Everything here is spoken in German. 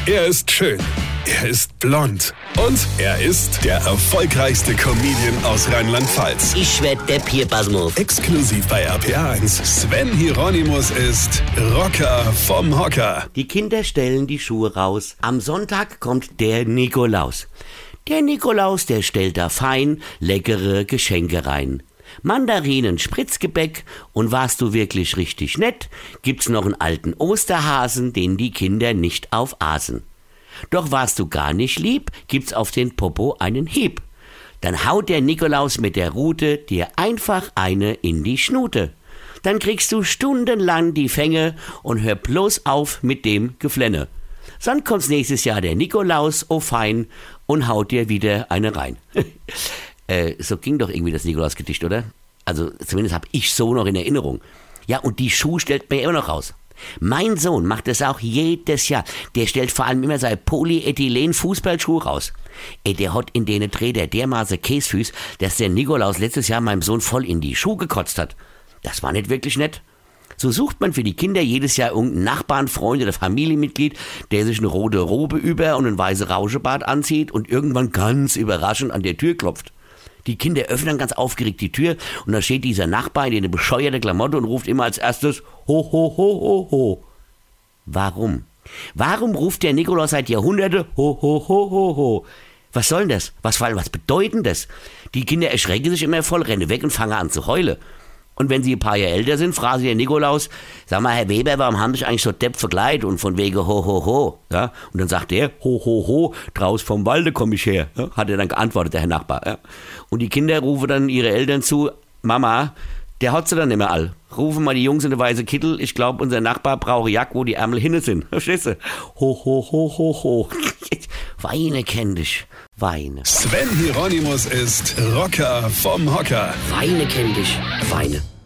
Er ist schön. Er ist blond. Und er ist der erfolgreichste Comedian aus Rheinland-Pfalz. Ich werd der Pierpasmus. Exklusiv bei RPA 1. Sven Hieronymus ist Rocker vom Hocker. Die Kinder stellen die Schuhe raus. Am Sonntag kommt der Nikolaus. Der Nikolaus, der stellt da fein leckere Geschenke rein. Mandarinen, Spritzgebäck und warst du wirklich richtig nett, gibt's noch einen alten Osterhasen, den die Kinder nicht aufaßen. Doch warst du gar nicht lieb, gibt's auf den Popo einen Hieb. Dann haut der Nikolaus mit der Rute dir einfach eine in die Schnute. Dann kriegst du stundenlang die Fänge und hör bloß auf mit dem Geflenne. Dann kommt's nächstes Jahr der Nikolaus, oh fein, und haut dir wieder eine rein. So ging doch irgendwie das Nikolausgedicht, oder? Also zumindest habe ich so noch in Erinnerung. Ja, und die Schuhe stellt man ja immer noch raus. Mein Sohn macht das auch jedes Jahr. Der stellt vor allem immer seine Polyethylen-Fußballschuhe raus. Der hat in denen Träder dermaßen Käsfüß, dass der Nikolaus letztes Jahr meinem Sohn voll in die Schuhe gekotzt hat. Das war nicht wirklich nett. So sucht man für die Kinder jedes Jahr irgendeinen Nachbarn, Freund oder Familienmitglied, der sich eine rote Robe über und ein weißes Rauschebart anzieht und irgendwann ganz überraschend an der Tür klopft. Die Kinder öffnen ganz aufgeregt die Tür und da steht dieser Nachbar in eine bescheuerte Klamotte und ruft immer als erstes Ho, ho, ho, ho, ho. Warum? Warum ruft der Nikolaus seit Jahrhunderten Ho, ho, ho, ho, ho? Was soll denn das? Was bedeutet denn das? Die Kinder erschrecken sich immer voll, rennen weg und fangen an zu heulen. Und wenn sie ein paar Jahre älter sind, fragen sie den Nikolaus, sag mal, Herr Weber, warum haben Sie eigentlich so depp verkleidet und von wegen ho, ho, ho? Ja? Und dann sagt er, ho, ho, ho, draus vom Walde komme ich her, ja? Hat er dann geantwortet, der Herr Nachbar. Ja? Und die Kinder rufen dann ihre Eltern zu, Mama, der hat sie dann nicht mehr all. Rufen mal die Jungs in der weiße Kittel, ich glaube, unser Nachbar braucht Jack, wo die Ärmel hinne sind. Verstehst du? Ho, ho, ho, ho, ho. Weine kenn dich, weine. Sven Hieronymus ist Rocker vom Hocker. Weine kenn dich, weine.